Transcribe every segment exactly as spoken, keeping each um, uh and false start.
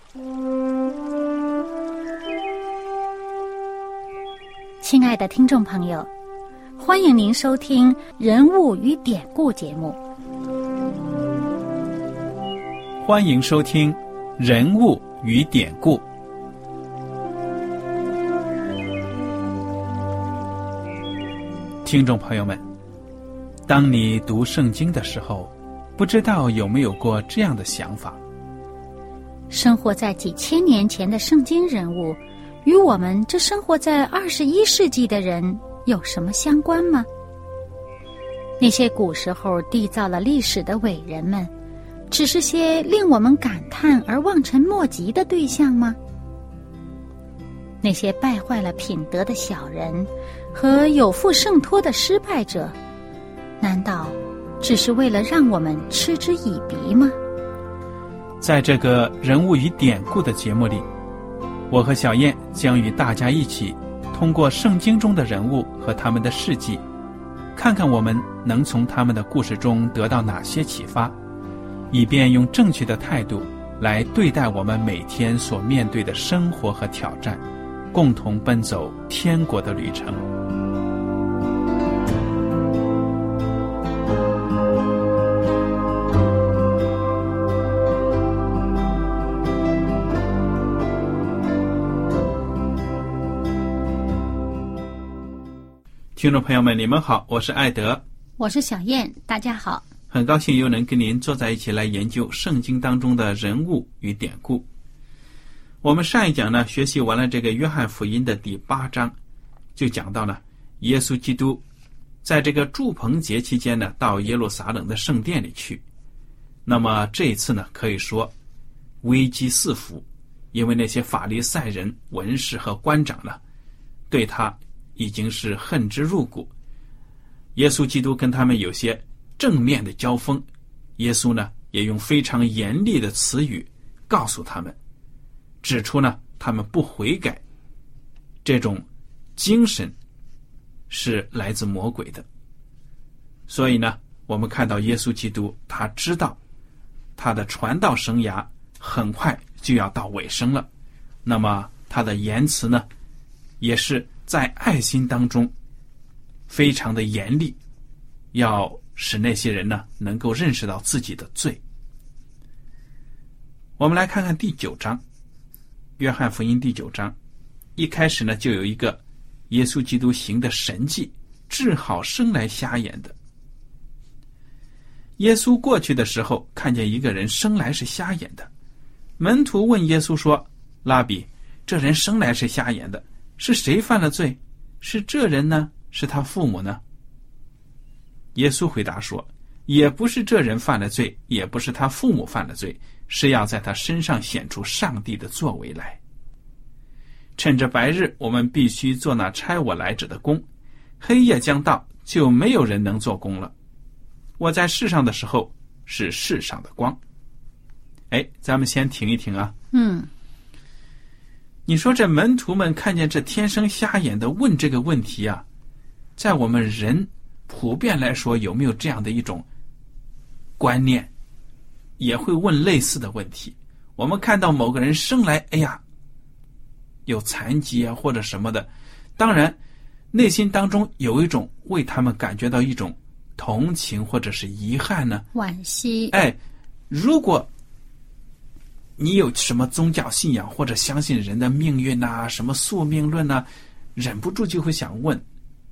亲爱的听众朋友，欢迎您收听《人物与典故》节目。 欢迎收听《人物与典故》。听众朋友们，当你读圣经的时候，不知道有没有过这样的想法？ 生活在几千年前的圣经人物，与我们这生活在二十一世纪的人有什么相关吗？那些古时候缔造了历史的伟人们，只是些令我们感叹而望尘莫及的对象吗？那些败坏了品德的小人和有负圣托的失败者，难道只是为了让我们嗤之以鼻吗？ 在这个人物与典故的节目里，我和小燕将与大家一起通过圣经中的人物和他们的事迹，看看我们能从他们的故事中得到哪些启发，以便用正确的态度来对待我们每天所面对的生活和挑战，共同奔走天国的旅程。听众朋友们，你们好，我是艾德， 我是小燕，大家好。 很高兴又能跟您坐在一起来研究圣经当中的人物与典故。我们上一讲呢，学习完了这个约翰福音的第八章，就讲到了耶稣基督在这个住棚节期间呢，到耶路撒冷的圣殿里去。那么这一次呢，可以说危机四伏，因为那些法利赛人、文士和官长呢，对他已经是恨之入骨。耶稣基督跟他们有些正面的交锋，耶稣呢也用非常严厉的词语告诉他们，指出呢他们不悔改，这种精神是来自魔鬼的。所以呢，我们看到耶稣基督他知道他的传道生涯很快就要到尾声了，那么他的言辞呢也是在爱心当中非常的严厉，要使那些人呢能够认识到自己的罪。我们来看看第九章，约翰福音第九章，一开始呢就有一个耶稣基督行的神迹，治好生来瞎眼的。耶稣过去的时候，看见一个人生来是瞎眼的，门徒问耶稣说：拉比，这人生来是瞎眼的，是谁犯了罪？是这人呢？是他父母呢？耶稣回答说：也不是这人犯了罪，也不是他父母犯了罪，是要在他身上显出上帝的作为来。趁着白日，我们必须做那差我来者的工，黑夜将到，就没有人能做工了。我在世上的时候，是世上的光。哎，咱们先停一停啊。 嗯。 你说这门徒们看见这天生瞎眼的问这个问题啊，在我们人普遍来说，有没有这样的一种观念，也会问类似的问题？我们看到某个人生来哎呀有残疾啊或者什么的，当然内心当中有一种为他们感觉到一种同情或者是遗憾呢， 惋惜。 哎，如果你有什么宗教信仰或者相信人的命运啊，什么宿命论啊，忍不住就会想问，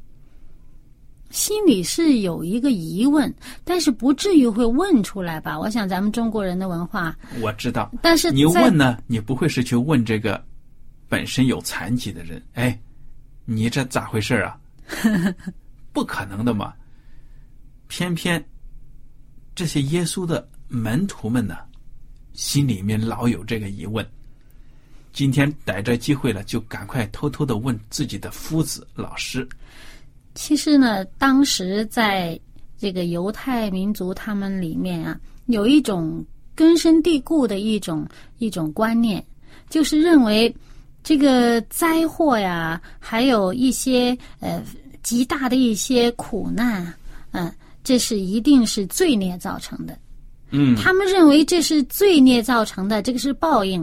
心里是有一个疑问，但是不至于会问出来吧？我想咱们中国人的文化， 我知道， 但是你问呢，你不会是去问这个本身有残疾的人，哎，你这咋回事啊？不可能的嘛。偏偏这些耶稣的门徒们呢，心里面老有这个疑问，今天逮着机会了，就赶快偷偷的问自己的夫子老师。 其实呢，当时在这个犹太民族他们里面啊，有一种根深蒂固的一种一种观念，就是认为这个灾祸呀，还有一些呃极大的一些苦难，嗯、呃，这是一定是罪孽造成的。 嗯， 他们认为这是罪孽造成的，这个是报应，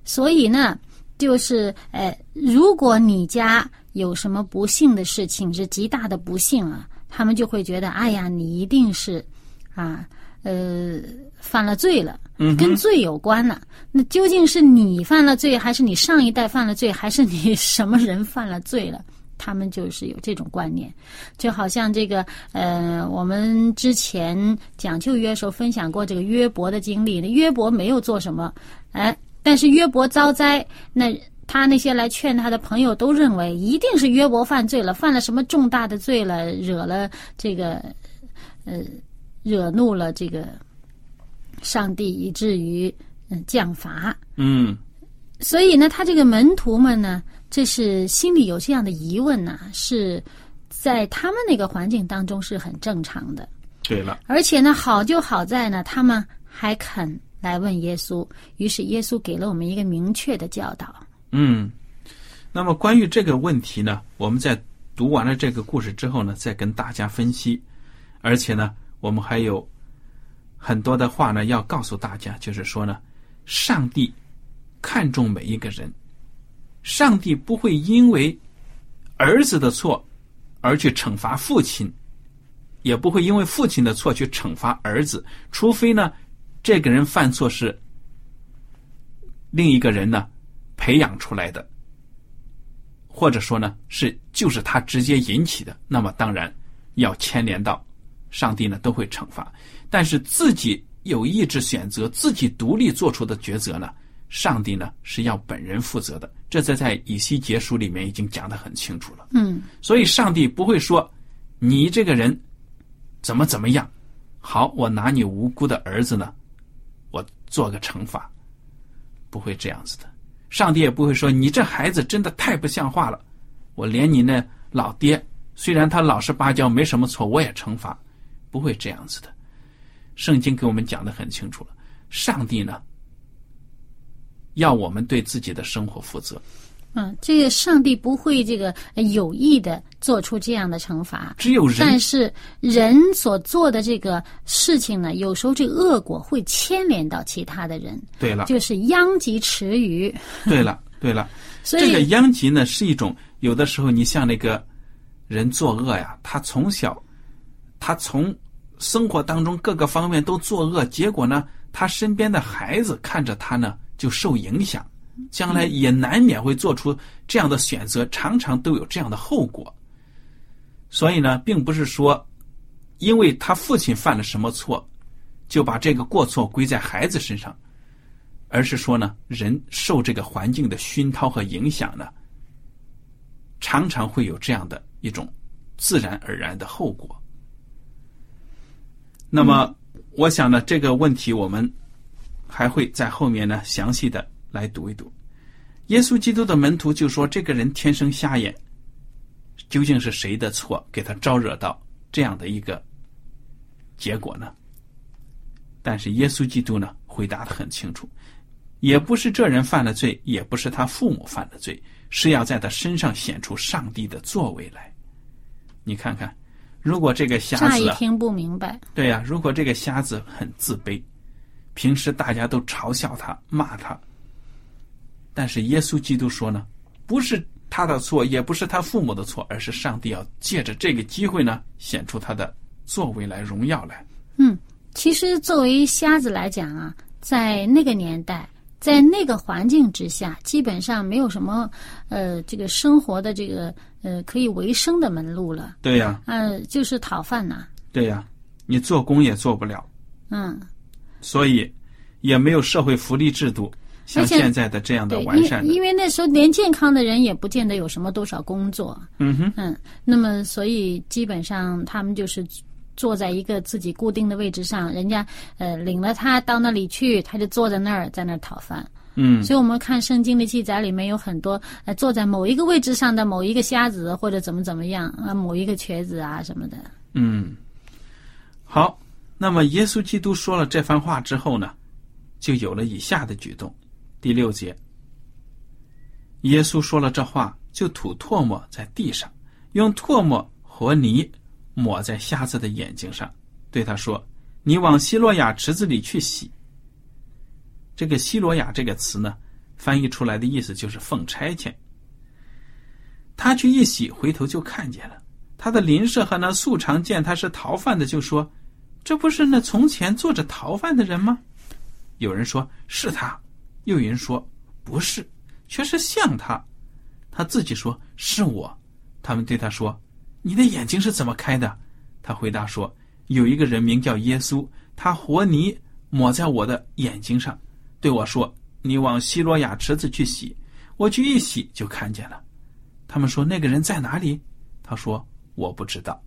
所以呢，就是呃，如果你家有什么不幸的事情，是极大的不幸啊，他们就会觉得，哎呀，你一定是啊，呃，犯了罪了，跟罪有关了。那究竟是你犯了罪，还是你上一代犯了罪，还是你什么人犯了罪了？他们就是有这种观念，就好像这个呃，我们之前讲旧约的时候分享过这个约伯的经历。约伯没有做什么，哎，但是约伯遭灾，那他那些来劝他的朋友都认为一定是约伯犯罪了，犯了什么重大的罪了，惹了这个呃，惹怒了这个上帝，以至于嗯、呃、降罚。 嗯， 所以呢，他这个门徒们呢，这是心里有这样的疑问呢、啊，是在他们那个环境当中是很正常的。 对了， 而且呢，好就好在呢，他们还肯来问耶稣，于是耶稣给了我们一个明确的教导。 嗯，那么关于这个问题呢，我们在读完了这个故事之后呢，再跟大家分析。而且呢，我们还有很多的话呢要告诉大家，就是说呢，上帝看重每一个人。上帝不会因为儿子的错而去惩罚父亲，也不会因为父亲的错去惩罚儿子，除非呢，这个人犯错是另一个人呢培养出来的，或者说呢是就是他直接引起的，那么当然要牵连到上帝呢都会惩罚。但是自己有意志选择，自己独立做出的抉择呢，上帝呢是要本人负责的，这在在以西结书里面已经讲得很清楚了。 嗯， 所以上帝不会说你这个人怎么怎么样，好，我拿你无辜的儿子呢，我做个惩罚，不会这样子的。上帝也不会说你这孩子真的太不像话了，我连你那老爹虽然他老实巴交没什么错我也惩罚，不会这样子的。圣经给我们讲得很清楚了，上帝呢要我们对自己的生活负责。 嗯，这个上帝不会这个有意的做出这样的惩罚， 只有人。 但是人所做的这个事情呢，有时候这个恶果会牵连到其他的人。 对了， 就是殃及池鱼。 对了，对了， 所以这个殃及呢是一种，有的时候你像那个人作恶呀，他从小他从生活当中各个方面都作恶，结果呢他身边的孩子看着他呢就受影响，将来也难免会做出这样的选择，常常都有这样的后果。所以呢，并不是说因为他父亲犯了什么错就把这个过错归在孩子身上，而是说呢，人受这个环境的熏陶和影响呢，常常会有这样的一种自然而然的后果。那么我想呢，这个问题我们还会在后面呢详细的来读一读。耶稣基督的门徒就说，这个人天生瞎眼，究竟是谁的错给他招惹到这样的一个结果呢？但是耶稣基督呢回答得很清楚，也不是这人犯了罪，也不是他父母犯了罪，是要在他身上显出上帝的作为来。你看看，如果这个瞎子、啊、 乍一听不明白。 对呀、啊，如果这个瞎子很自卑，平时大家都嘲笑他骂他，但是耶稣基督说呢，不是他的错，也不是他父母的错，而是上帝要借着这个机会呢显出他的作为来，荣耀来。 嗯，其实作为瞎子来讲啊，在那个年代，在那个环境之下，基本上没有什么呃这个生活的这个呃可以为生的门路了。 对呀、 啊，呃就是讨饭呐、啊。 对呀、啊，你做工也做不了。 嗯， 所以也没有社会福利制度像现在的这样的完善的。 因为因为那时候连健康的人也不见得有什么多少工作。 嗯哼， 嗯，那么所以基本上他们就是坐在一个自己固定的位置上，人家呃领了他到那里去，他就坐在那儿，在那儿讨饭。 嗯， 所以我们看圣经的记载里面有很多呃坐在某一个位置上的某一个瞎子，或者怎么怎么样啊，某一个瘸子啊什么的。 嗯，好，那么耶稣基督说了这番话之后呢，就有了以下的举动。第六节，耶稣说了这话，就吐唾沫在地上，用唾沫和泥抹在瞎子的眼睛上，对他说，你往西罗亚池子里去洗。这个西罗亚这个词呢， 翻译出来的意思就是奉差遣。他去一洗，回头就看见了他的邻舍和那素常见他是逃犯的，就说：这不是那从前坐着逃犯的人吗？有人说是他，又有人说不是，却是像他。他自己说是我。他们对他说：你的眼睛是怎么开的？他回答说：有一个人名叫耶稣，他和泥抹在我的眼睛上，对我说：你往西罗亚池子去洗。我去一洗，就看见了。他们说：那个人在哪里？他说：我不知道。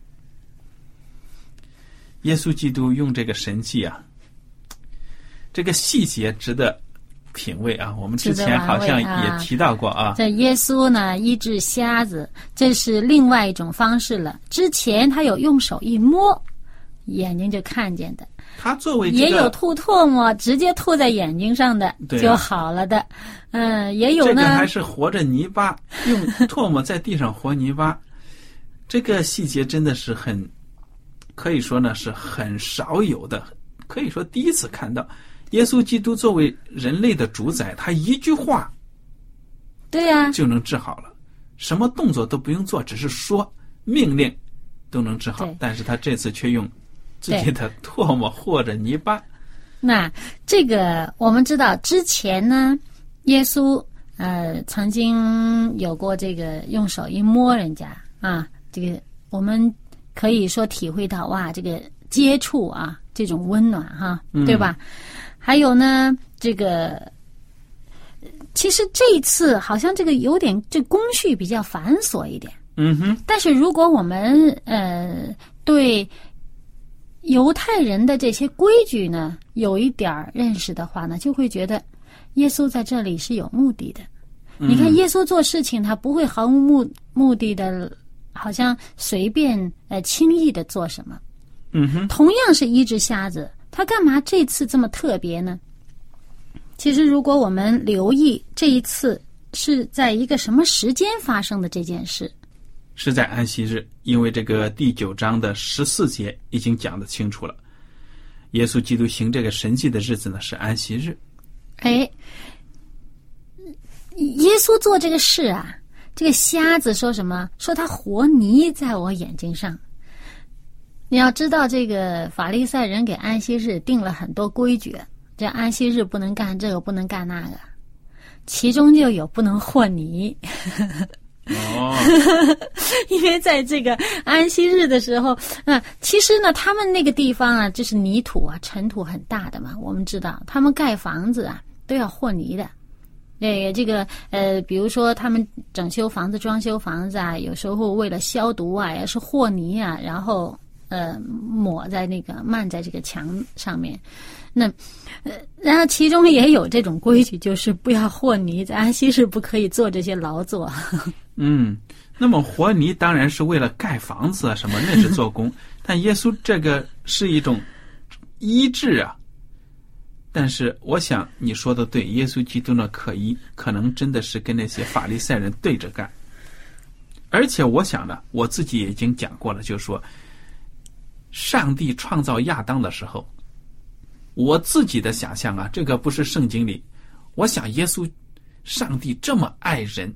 耶稣基督用这个神迹啊，这个细节值得品味啊。我们之前好像也提到过啊。 这耶稣呢医治瞎子，这是另外一种方式了。之前他有用手一摸，眼睛就看见的。 他作为、这个、 也有吐唾沫直接吐在眼睛上的、啊、就好了的。嗯，也有呢。 这个还是活着泥巴，用唾沫在地上和泥巴。这个细节真的是很，可以说呢是很少有的，可以说第一次看到耶稣基督作为人类的主宰，他一句话对呀、啊、 就能治好了，什么动作都不用做，只是说命令都能治好。但是他这次却用自己的唾沫或者泥巴。 那这个我们知道之前呢，耶稣呃曾经有过这个用手一摸人家啊，这个我们可以说体会到哇，这个接触啊，这种温暖哈，对吧？嗯、还有呢，这个其实这一次好像这个有点这工序比较繁琐一点。 嗯哼。 但是如果我们呃对犹太人的这些规矩呢有一点认识的话呢，就会觉得耶稣在这里是有目的的。嗯、你看耶稣做事情他不会毫无目目的的，好像随便呃轻易的做什么。 嗯哼。 同样是医治瞎子，他干嘛这次这么特别呢？其实如果我们留意这一次是在一个什么时间发生的这件事， 是在安息日，因为这个第九章的十四节已经讲得清楚了。耶稣基督行这个神迹的日子呢是安息日。 哎，耶稣做这个事啊，这个瞎子说什么？说他和泥在我眼睛上。你要知道，这个法利赛人给安息日定了很多规矩，这安息日不能干这个，不能干那个，其中就有不能和泥。 哦， 因为在这个安息日的时候，啊，其实呢，他们那个地方啊，就是泥土啊，尘土很大的嘛。我们知道，他们盖房子啊，都要和泥的。对，这个呃，比如说他们整修房子、装修房子啊，有时候为了消毒啊，也是和泥啊，然后呃抹在那个漫在这个墙上面。那呃，然后其中也有这种规矩，就是不要和泥，在安息日不可以做这些劳作。 嗯，那么和泥当然是为了盖房子啊什么，那是做工。但耶稣这个是一种医治啊。但是我想你说的对，耶稣基督呢可医可能真的是跟那些法利赛人对着干。而且我想呢，我自己也已经讲过了，就是说上帝创造亚当的时候，我自己的想象啊，这个不是圣经里，我想耶稣上帝这么爱人，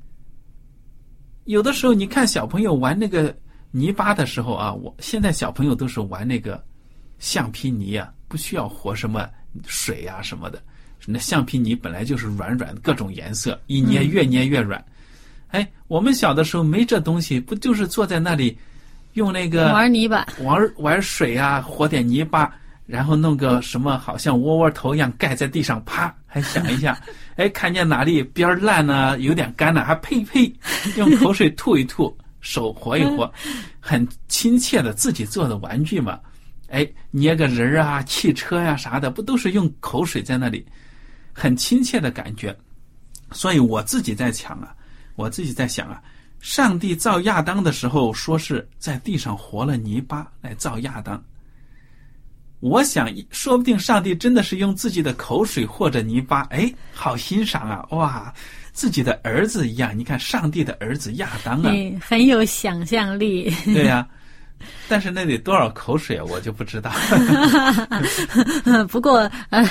有的时候你看小朋友玩那个泥巴的时候啊，我现在小朋友都是玩那个橡皮泥啊，不需要和什么水啊什么的，那橡皮泥本来就是软软的各种颜色，一捏越捏越软。嗯、哎，我们小的时候没这东西，不就是坐在那里用那个玩泥巴， 玩玩水啊，和点泥巴，然后弄个什么好像窝窝头一样盖在地上，啪还响一下。哎，看见哪里边烂呢，有点干了，还呸呸用口水吐一吐，手和一和，很亲切的自己做的玩具嘛。哎，捏个人啊，汽车呀、啊、啥的，不都是用口水在那里，很亲切的感觉。所以我自己在想啊，我自己在想啊，上帝造亚当的时候说是在地上和了泥巴来造亚当。我想说不定上帝真的是用自己的口水或者泥巴，哎，好欣赏啊，哇，自己的儿子一样。你看上帝的儿子亚当啊， 嗯、很有想象力。 对呀、啊。但是那得多少口水啊，我就不知道。 不过呃，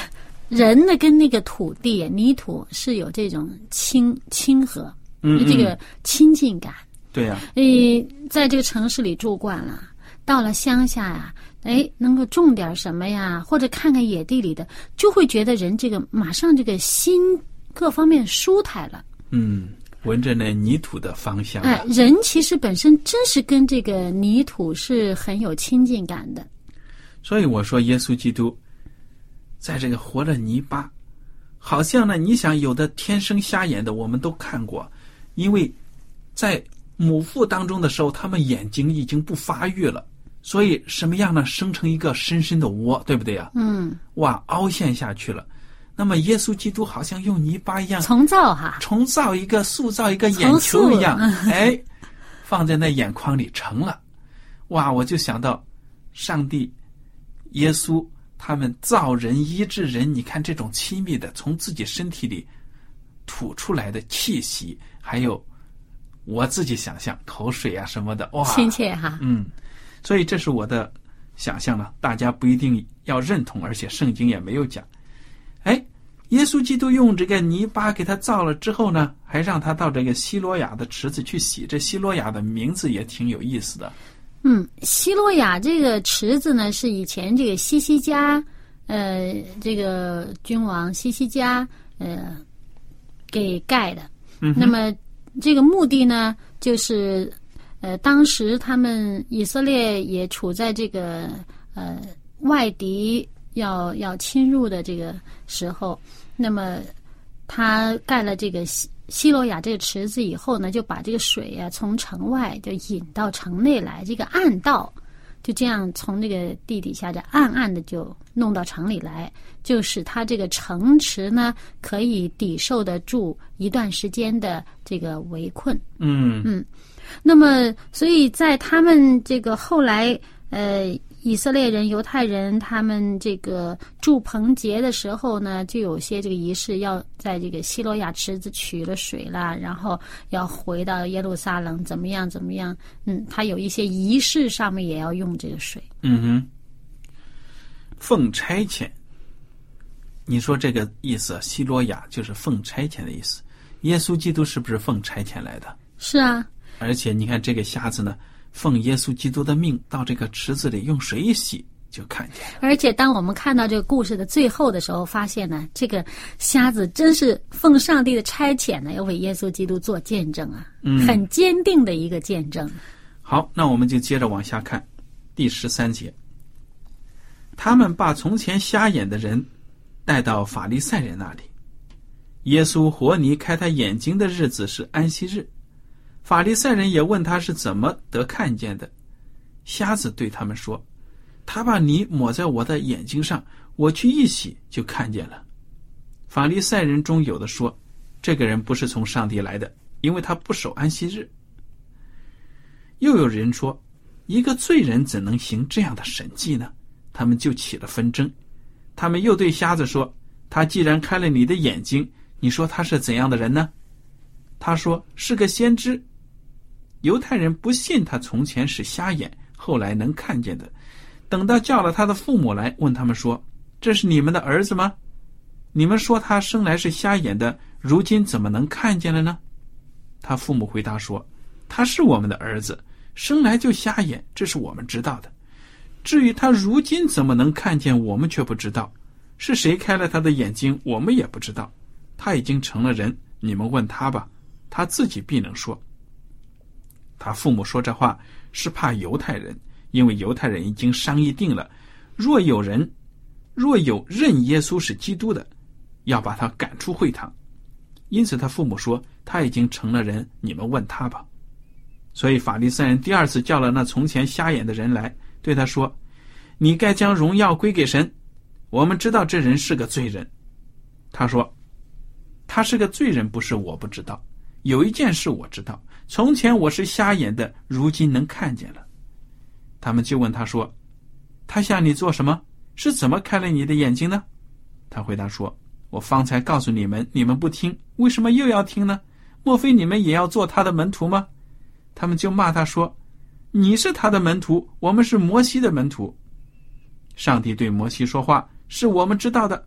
人呢跟那个土地泥土是有这种亲亲和， 嗯嗯这个亲近感。 对呀、啊， 诶，在这个城市里住惯了，到了乡下呀、啊，哎，能够种点什么呀，或者看看野地里的，就会觉得人这个马上这个心各方面舒坦了。 嗯，闻着那泥土的芳香、啊。 哎，人其实本身真是跟这个泥土是很有亲近感的。 所以我说，耶稣基督在这个活的泥巴，好像呢，你想有的天生瞎眼的，我们都看过，因为在母腹当中的时候，他们眼睛已经不发育了，所以什么样呢？生成一个深深的窝，对不对啊？ 嗯， 哇，凹陷下去了。那么耶稣基督好像用泥巴一样重造哈， 重造一个，塑造一个眼球一样，哎，放在那眼眶里成了。哇，我就想到上帝、耶稣他们造人、医治人，你看这种亲密的，从自己身体里吐出来的气息，还有我自己想象口水啊什么的，哇， 亲切哈。 嗯，所以这是我的想象了，大家不一定要认同，而且圣经也没有讲。哎，耶稣基督用这个泥巴给他造了之后呢，还让他到这个西罗亚的池子去洗。这西罗亚的名字也挺有意思的。 嗯，西罗亚这个池子呢，是以前这个西西家，呃，这个君王西西家，呃，给盖的。 嗯， 那么这个目的呢，就是呃，当时他们以色列也处在这个呃外敌要要侵入的这个时候，那么他盖了这个西西罗亚这个池子以后呢，就把这个水啊从城外就引到城内来，这个暗道就这样从这个地底下这暗暗的就弄到城里来，就使它这个城池呢可以抵受得住一段时间的这个围困。 嗯嗯，那么所以在他们这个后来呃。以色列人、犹太人，他们这个住棚节的时候呢，就有些这个仪式要在这个西罗亚池子取了水啦，然后要回到耶路撒冷，怎么样怎么样？嗯，他有一些仪式上面也要用这个水。 嗯哼，奉差遣，你说这个意思，西罗亚就是奉差遣的意思。耶稣基督是不是奉差遣来的？ 是啊， 而且你看这个瞎子呢，奉耶稣基督的命到这个池子里用水一洗就看见了。 而且当我们看到这个故事的最后的时候，发现呢，这个瞎子真是奉上帝的差遣呢，要为耶稣基督做见证啊， 嗯， 很坚定的一个见证。 好，那我们就接着往下看第十三节。他们把从前瞎眼的人带到法利赛人那里，耶稣活泥开他眼睛的日子是安息日，法利赛人也问他是怎么得看见的。瞎子对他们说，他把泥抹在我的眼睛上，我去一洗就看见了。法利赛人中有的说，这个人不是从上帝来的，因为他不守安息日。又有人说，一个罪人怎能行这样的神迹呢？他们就起了纷争。他们又对瞎子说，他既然开了你的眼睛，你说他是怎样的人呢？他说是个先知。犹太人不信他从前是瞎眼，后来能看见的。等到叫了他的父母来，问他们说，这是你们的儿子吗？你们说他生来是瞎眼的，如今怎么能看见了呢？他父母回答说，他是我们的儿子，生来就瞎眼，这是我们知道的。至于他如今怎么能看见，我们却不知道。是谁开了他的眼睛，我们也不知道。他已经成了人，你们问他吧，他自己必能说。他父母说这话是怕犹太人，因为犹太人已经商议定了，若有人若有认耶稣是基督的，要把他赶出会堂。因此他父母说，他已经成了人，你们问他吧。所以法利赛人第二次叫了那从前瞎眼的人来，对他说，你该将荣耀归给神，我们知道这人是个罪人。他说，他是个罪人不是我不知道，有一件事我知道，从前我是瞎眼的，如今能看见了。他们就问他说，他向你做什么？是怎么开了你的眼睛呢？他回答说，我方才告诉你们，你们不听，为什么又要听呢？莫非你们也要做他的门徒吗？他们就骂他说，你是他的门徒，我们是摩西的门徒。上帝对摩西说话，是我们知道的，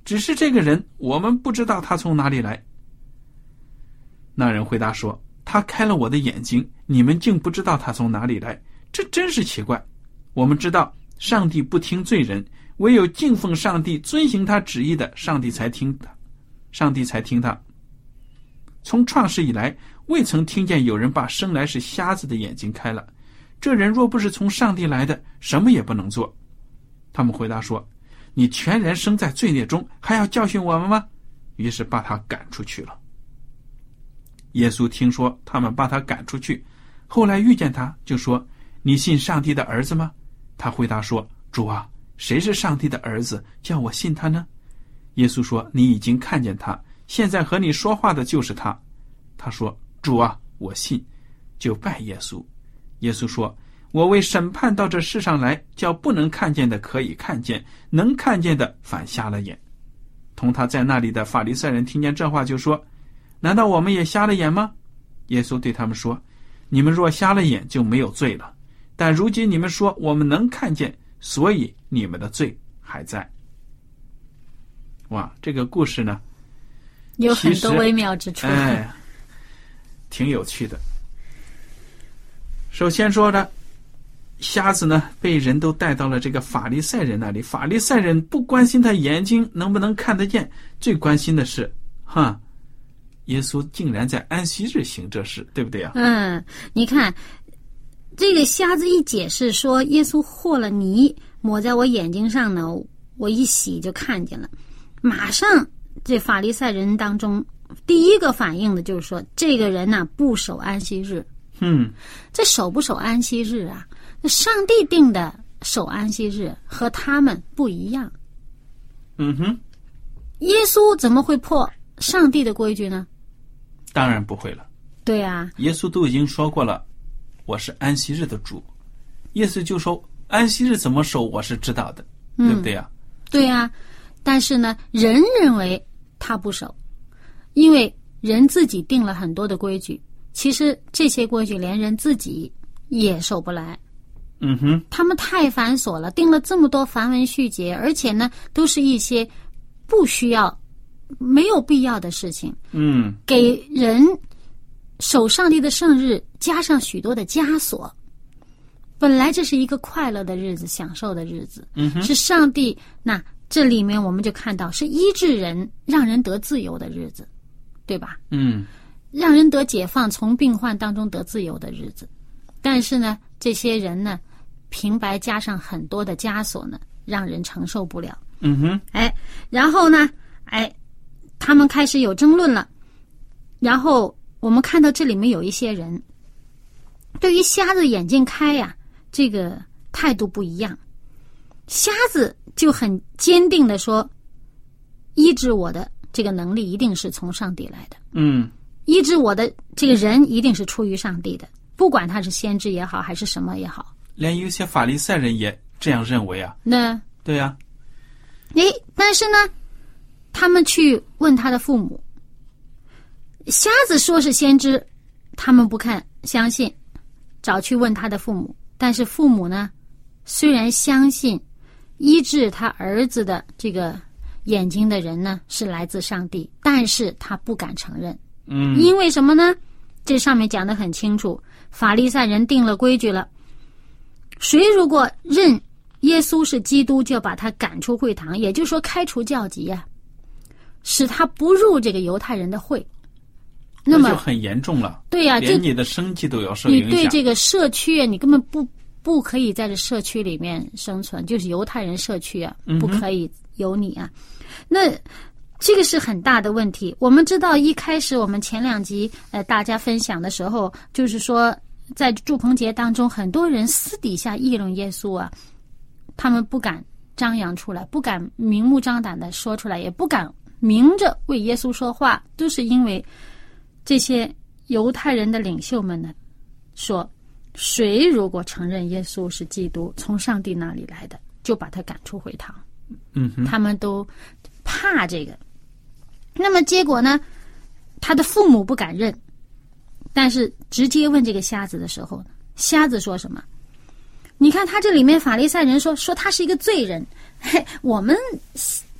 只是这个人我们不知道他从哪里来。那人回答说，他开了我的眼睛，你们竟不知道他从哪里来，这真是奇怪。我们知道上帝不听罪人，唯有敬奉上帝遵行他旨意的，上帝才听他上帝才听他。从创世以来，未曾听见有人把生来是瞎子的眼睛开了。这人若不是从上帝来的，什么也不能做。他们回答说，你全然生在罪孽中，还要教训我们吗？于是把他赶出去了。耶稣听说他们把他赶出去，后来遇见他，就说，你信上帝的儿子吗？他回答说，主啊，谁是上帝的儿子，叫我信他呢？耶稣说，你已经看见他，现在和你说话的就是他。他说，主啊，我信，就拜耶稣。耶稣说，我为审判到这世上来，叫不能看见的可以看见，能看见的反瞎了眼。同他在那里的法利赛人听见这话，就说，难道我们也瞎了眼吗？耶稣对他们说，你们若瞎了眼，就没有罪了，但如今你们说我们能看见，所以你们的罪还在。哇，这个故事呢有很多微妙之处， 哎，挺有趣的。首先说呢，瞎子呢被人都带到了这个法利赛人那里，法利赛人不关心他眼睛能不能看得见，最关心的是哈耶稣竟然在安息日行这事，对不对啊？ 嗯，你看这个瞎子一解释说，耶稣和了泥抹在我眼睛上呢，我一洗就看见了。马上这法利赛人当中第一个反应的就是说，这个人呢不守安息日。 嗯， 这守不守安息日啊？上帝定的守安息日和他们不一样。 嗯哼， 耶稣怎么会破上帝的规矩呢？ 当然不会了。 对啊， 耶稣都已经说过了，我是安息日的主。耶稣就说安息日怎么守我是知道的， 嗯、 对不对啊？ 对啊，但是呢，人认为他不守，因为人自己定了很多的规矩，其实这些规矩连人自己也守不来。 嗯哼， 他们太繁琐了，定了这么多繁文缛节，而且呢都是一些不需要没有必要的事情。 嗯， 给人守上帝的圣日加上许多的枷锁。本来这是一个快乐的日子，享受的日子， 嗯哼， 是上帝，那这里面我们就看到是医治人让人得自由的日子，对吧？ 嗯， 让人得解放，从病患当中得自由的日子。但是呢，这些人呢平白加上很多的枷锁呢，让人承受不了。 嗯哼， 哎，然后呢，哎，他们开始有争论了。然后我们看到这里面有一些人对于瞎子眼睛开呀、啊，这个态度不一样。瞎子就很坚定的说，医治我的这个能力一定是从上帝来的。 嗯， 医治我的这个人一定是出于上帝的，不管他是先知也好还是什么也好。 连有些法利赛人也这样认为啊。 那对呀、啊。 诶，但是呢他们去问他的父母，瞎子说是先知，他们不看相信，找去问他的父母。但是父母呢虽然相信医治他儿子的这个眼睛的人呢是来自上帝，但是他不敢承认。 嗯， 因为什么呢？这上面讲得很清楚，法利赛人定了规矩了，谁如果认耶稣是基督，就把他赶出会堂，也就是说开除教籍啊，使他不入这个犹太人的会。那么就很严重了。 对呀、啊， 连你的生计都要受影响。 你对这个社区，你根本不不可以在这社区里面生存，就是犹太人社区啊，不可以有你啊。嗯、那这个是很大的问题。我们知道一开始我们前两集呃大家分享的时候，就是说在祝棚节当中，很多人私底下议论耶稣啊，他们不敢张扬出来，不敢明目张胆的说出来，也不敢明着为耶稣说话，都是因为这些犹太人的领袖们呢说，谁如果承认耶稣是基督，从上帝那里来的，就把他赶出会堂。 嗯哼， 他们都怕这个。那么结果呢，他的父母不敢认，但是直接问这个瞎子的时候，瞎子说什么？你看他这里面法利赛人说说他是一个罪人，嘿，我们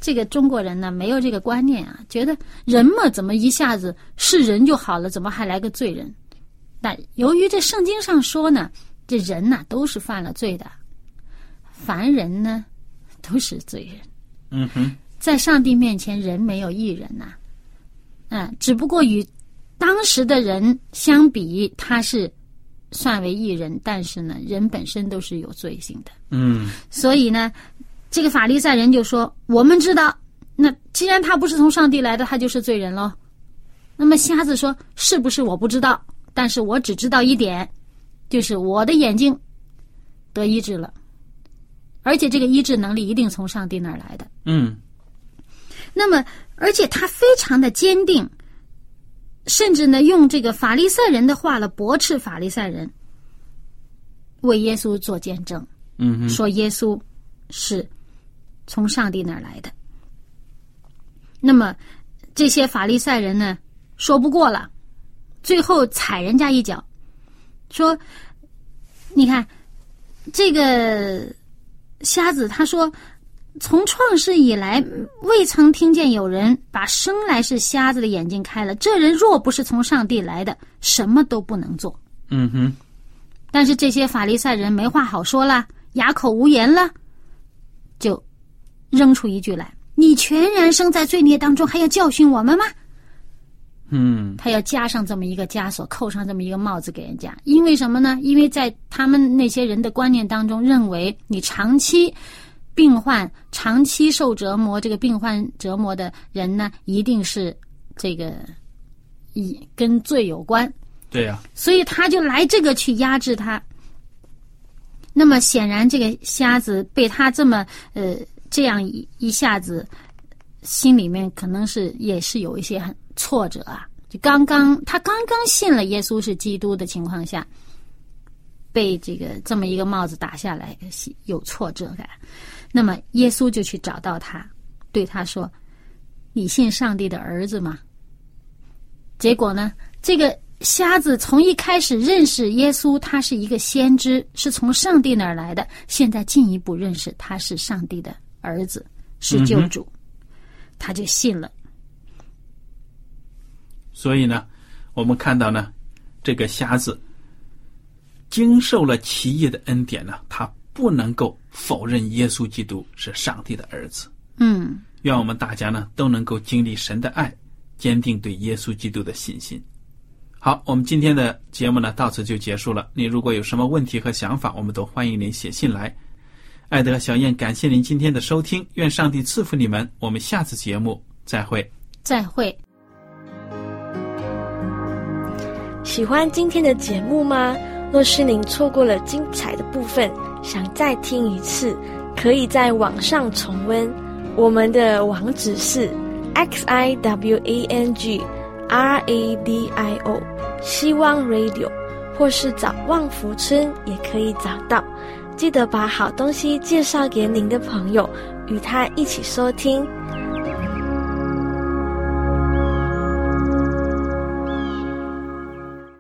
这个中国人呢没有这个观念啊，觉得人嘛怎么一下子是人就好了，怎么还来个罪人？但由于这圣经上说呢，这人呐、啊、都是犯了罪的，凡人呢都是罪人。 嗯哼， 在上帝面前人没有义人呐、啊，嗯，只不过与当时的人相比，他是算为义人，但是呢，人本身都是有罪性的。 嗯， 所以呢，这个法利赛人就说：“我们知道，那既然他不是从上帝来的，他就是罪人喽。”那么瞎子说：“是不是我不知道，但是我只知道一点，就是我的眼睛得医治了，而且这个医治能力一定从上帝那儿来的。” 嗯， 那么，而且他非常的坚定。甚至呢，用这个法利赛人的话了驳斥法利赛人，为耶稣做见证， 嗯哼， 说耶稣是从上帝那儿来的。那么这些法利赛人呢，说不过了，最后踩人家一脚，说：“你看这个瞎子，他说。”从创世以来，未曾听见有人把生来是瞎子的眼睛开了。这人若不是从上帝来的，什么都不能做。 嗯哼。 但是这些法利赛人没话好说了，哑口无言了，就扔出一句来：“你全然生在罪孽当中，还要教训我们吗？” 嗯， 他要加上这么一个枷锁，扣上这么一个帽子给人家。因为什么呢？因为在他们那些人的观念当中，认为你长期病患长期受折磨，这个病患折磨的人呢，一定是这个以跟罪有关。 对呀、啊， 所以他就来这个去压制他。那么显然，这个瞎子被他这么呃这样一一下子，心里面可能是也是有一些很挫折啊。就刚刚他刚刚信了耶稣是基督的情况下，被这个这么一个帽子打下来，有挫折感。那么耶稣就去找到他，对他说：“你信上帝的儿子吗？”结果呢，这个瞎子从一开始认识耶稣，他是一个先知，是从上帝那儿来的，现在进一步认识他是上帝的儿子，是救主，嗯、他就信了。 所以呢，我们看到呢，这个瞎子经受了奇异的恩典呢，他不能够否认耶稣基督是上帝的儿子。 嗯， 愿我们大家呢都能够经历神的爱，坚定对耶稣基督的信心。好，我们今天的节目呢到此就结束了。你如果有什么问题和想法，我们都欢迎您写信来。艾德和小燕，感谢您今天的收听，愿上帝赐福你们。我们下次节目再会。 再会。 喜欢今天的节目吗？若是您错过了精彩的部分，想再听一次，可以在网上重温。我们的网址是 x i w a n g r a d i o 希望 radio， 或是找旺福村也可以找到。记得把好东西介绍给您的朋友，与他一起收听。